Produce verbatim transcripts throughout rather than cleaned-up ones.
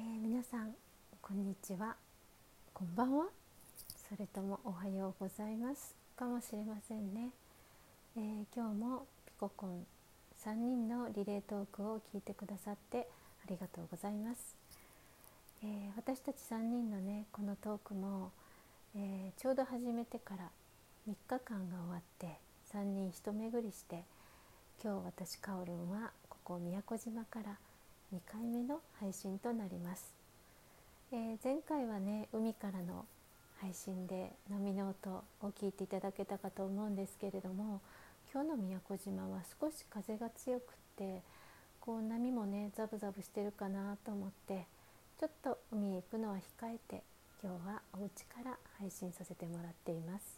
ー皆さんこんにちは、こんばんは、それともおはようございますかもしれませんね。えー今日もピココンさんにんのリレートークを聞いてくださってありがとうございます。えー私たちさんにんのねこのトークも、えーちょうど始めてからみっかかんが終わってさんにん一巡りして、今日私かおるんはここ宮古島からにかいめの配信となります。えー前回はね海からの配信で波の音を聞いていただけたかと思うんですけれども、今日の宮古島は少し風が強くってこう波もねザブザブしてるかなと思って、ちょっと海へ行くのは控えて今日はお家から配信させてもらっています。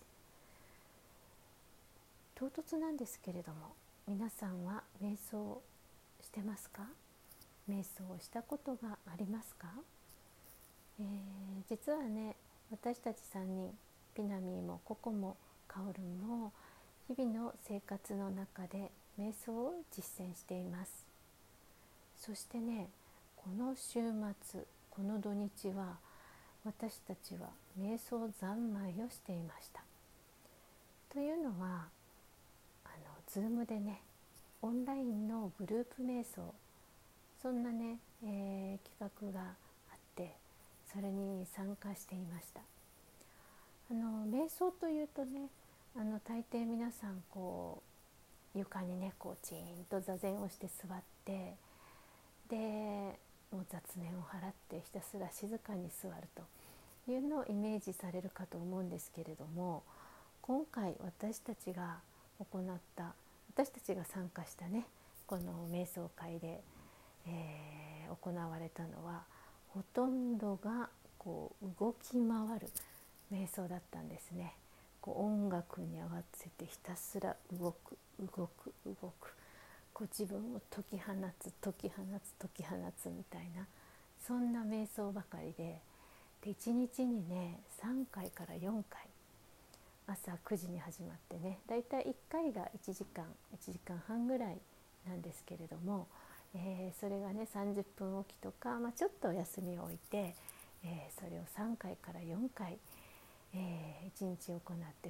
唐突なんですけれども、皆さんは瞑想してますか？瞑想をしたことがありますか？えー実はね、私たちさんにん、ピナミーもココもカオルンも日々の生活の中で瞑想を実践しています。そしてね、この週末、この土日は私たちは瞑想三昧をしていました。というのは、あの Zoom でね、オンラインのグループ瞑想、そんなね、えー企画があって、それに参加していました。あの瞑想というとね、あの大抵皆さんこう床にねこうチーンと座禅をして座って、でもう雑念を払ってひたすら静かに座るというのをイメージされるかと思うんですけれども、今回私たちが行った私たちが参加したねこの瞑想会で、えー行われたのは、ほとんどがこう動き回る瞑想だったんですね。こう音楽に合わせてひたすら動く動く動く、こう自分を解き放つ解き放つ解き放つみたいな、そんな瞑想ばかりで、でいちにちにねさんかいからよんかい、朝くじに始まってね、だいたいいっかいがいちじかんいちじかんはんぐらいなんですけれども、えーそれがねさんじゅっぷんおきとか、まあ、ちょっとお休みを置いて、えーそれをさんかいからよんかい、えーいちにち行って、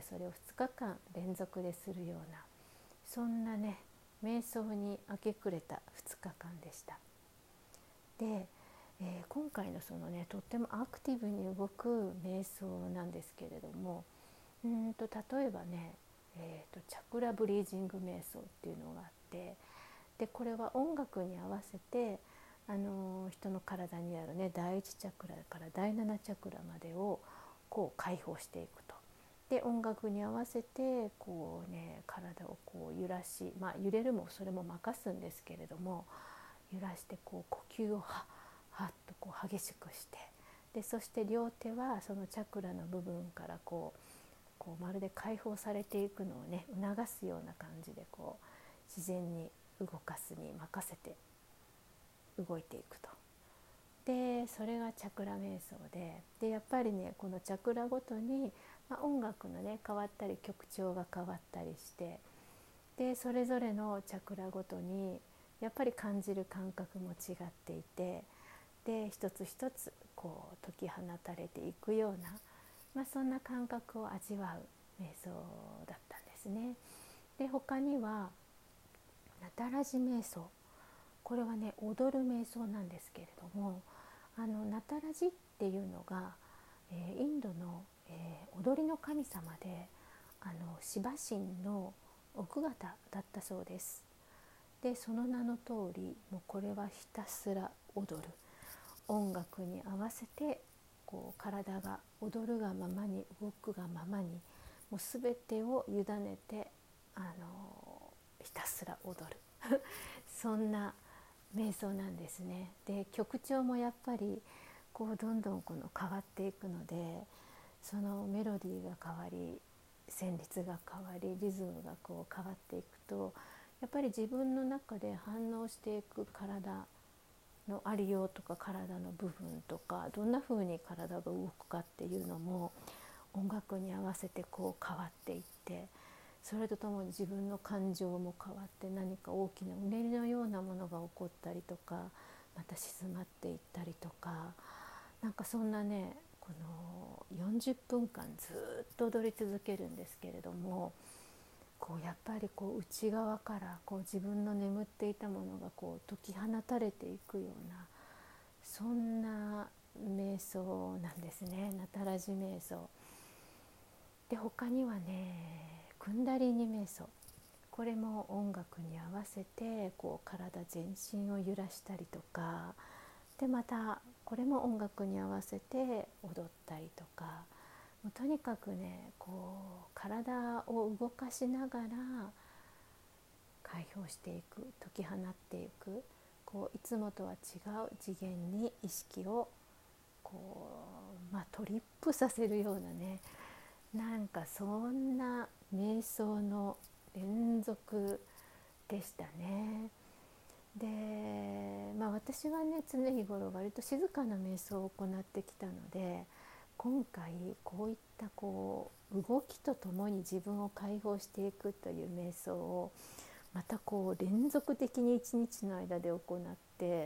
それをふつかかん連続でするような、そんなね瞑想に明け暮れたふつかかんでした。で、えー今回のそのねとってもアクティブに動く瞑想なんですけれども、うんと例えばね、えーとチャクラブリージング瞑想っていうのがあって、でこれは音楽に合わせて、あのー人の体にあるねだいいちチャクラからだいななチャクラまでをこう解放していくと。で音楽に合わせてこうね体をこう揺らし、まあ揺れるもそれも任すんですけれども、揺らしてこう呼吸をはっはっとこう激しくして、でそして両手はそのチャクラの部分からこうこうまるで解放されていくのをね促すような感じで、こう自然に動かすに任せて動いていくと。でそれがチャクラ瞑想で、でやっぱりねこのチャクラごとに、まあ、音楽のね変わったり曲調が変わったりして、でそれぞれのチャクラごとにやっぱり感じる感覚も違っていて、で一つ一つこう解き放たれていくような、まあ、そんな感覚を味わう瞑想だったんですね。で他にはナタラジ瞑想、これはね踊る瞑想なんですけれども、あのナタラジっていうのが、えーインドの、えー踊りの神様で、あのシバ神の奥方だったそうです。でその名の通り、もうこれはひたすら踊る、音楽に合わせてこう体が踊るがままに動くがままに、もう全てを委ねて、あのひたすら踊るそんな瞑想なんですね。で曲調もやっぱりこうどんどんこの変わっていくので、そのメロディーが変わり旋律が変わりリズムがこう変わっていくと、やっぱり自分の中で反応していく体のありようとか体の部分とか、どんな風に体が動くかっていうのも音楽に合わせてこう変わっていって、それとともに自分の感情も変わって、何か大きなうねりのようなものが起こったりとか、 また静まっていったりとか、なんかそんなねこのよんじゅっぷんかんずっと踊り続けるんですけれども、こうやっぱりこう内側からこう自分の眠っていたものがこう解き放たれていくような、そんな瞑想なんですね、ナタラジ瞑想で。他にはねクンダリーニ瞑想、これも音楽に合わせてこう体全身を揺らしたりとかで、またこれも音楽に合わせて踊ったりとか、もうとにかくねこう体を動かしながら解放していく、解き放っていく、こういつもとは違う次元に意識をこう、まあ、トリップさせるようなね、なんかそんな瞑想の連続でしたね。で、まあ、私はね常日頃割と静かな瞑想を行ってきたので、今回こういったこう動きとともに自分を解放していくという瞑想をまたこう連続的に一日の間で行って、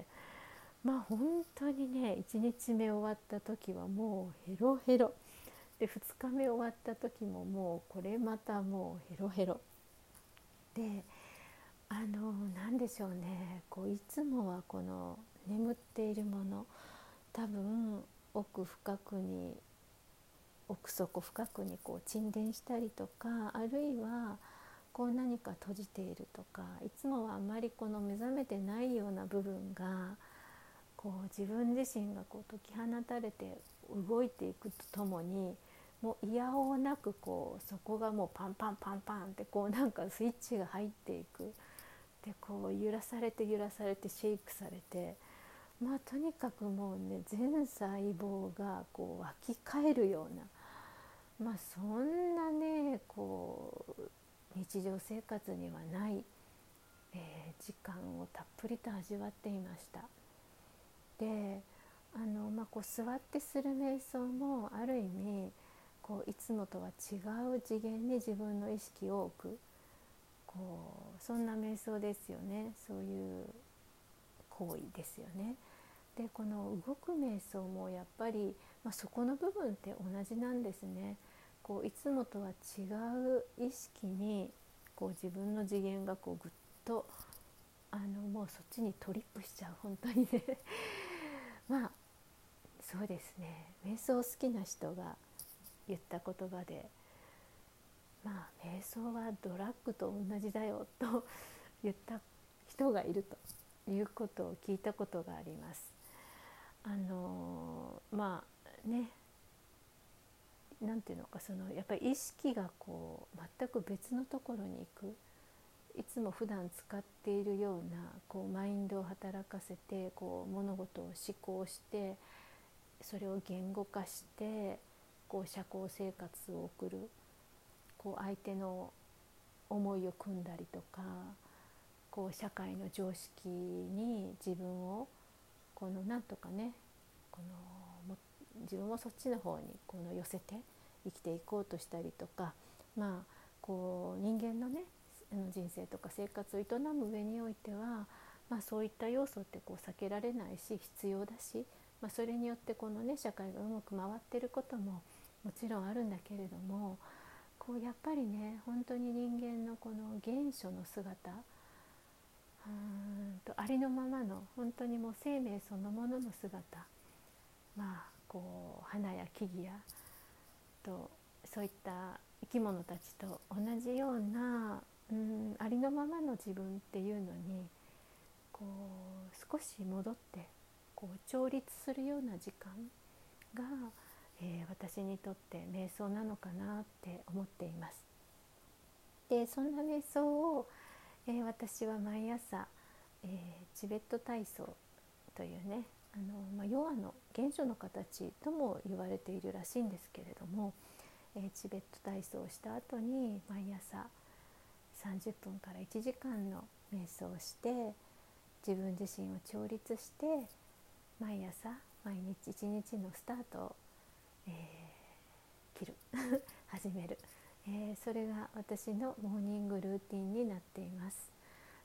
まあ本当にねいちにちめ終わった時はもうヘロヘロで、ふつかめ終わった時ももうこれまたもうヘロヘロで、あの何でしょうね、こういつもはこの眠っているもの、多分奥深くに奥底深くにこう沈殿したりとか、あるいはこう何か閉じているとか、いつもはあまりこの目覚めてないような部分がこう自分自身がこう解き放たれて動いていくとともに、もう嫌おうなくこうそこがもうパンパンパンパンってこうなんかスイッチが入っていく。でこう揺らされて揺らされてシェイクされて、まあとにかくもうね全細胞がこう湧き返るような、まあそんなねこう日常生活にはない、えー時間をたっぷりと味わっていました。であの、まあ、こう座ってする瞑想もある意味こういつもとは違う次元に自分の意識を置く、こうそんな瞑想ですよね。そういう行為ですよね。でこの動く瞑想もやっぱり、まあ、そこの部分って同じなんですね。こういつもとは違う意識にこう自分の次元がこうぐっとあのもうそっちにトリップしちゃう、本当にねまあそうですね、瞑想好きな人が言った言葉で、まあ瞑想はドラッグと同じだよと言った人がいるということを聞いたことがあります。あのまあね、なんていうのか、そのやっぱり意識がこう全く別のところに行く、いつも普段使っているようなこうマインドを働かせてこう物事を思考して、それを言語化してこう社交生活を送る、こう相手の思いを汲んだりとか、こう社会の常識に自分をこのなんとかね、この自分をそっちの方にこの寄せて生きていこうとしたりとか、まあこう人間のね人生とか生活を営む上においては、まあ、そういった要素ってこう避けられないし必要だし、まあ、それによってこのね社会がうまく回っていることももちろんあるんだけれども、こうやっぱりね本当に人間のこの原初の姿、うーんとありのままの本当にもう生命そのものの姿、まあこう花や木々やとそういった生き物たちと同じような、うん、ありのままの自分っていうのにこう少し戻ってこう調律するような時間が、えー、私にとって瞑想なのかなって思っています。でそんな瞑想を、えー、私は毎朝、えー、チベット体操というね、あの、まあ、ヨガの原初の形とも言われているらしいんですけれども、えー、チベット体操をした後に毎朝さんじゅっぷんからいちじかんの瞑想をして自分自身を調律して毎朝毎日一日のスタートを、えー、切る始める、えー、それが私のモーニングルーティンになっています。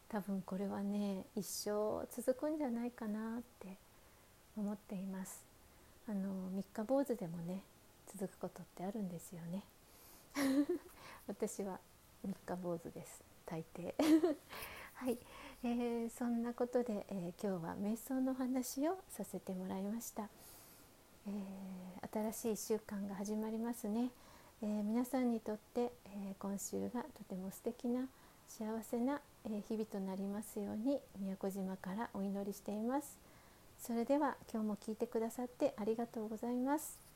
多分これはね一生続くんじゃないかなって思っています。あの三日坊主でもね続くことってあるんですよね私は三日坊主です大抵はい、えー、そんなことで、えー、今日は瞑想の話をさせてもらいました。えー、新しいいっしゅうかんが始まりますね。えー、皆さんにとって、えー、今週がとても素敵な幸せな、えー、日々となりますように宮古島からお祈りしています。それでは今日も聞いてくださってありがとうございます。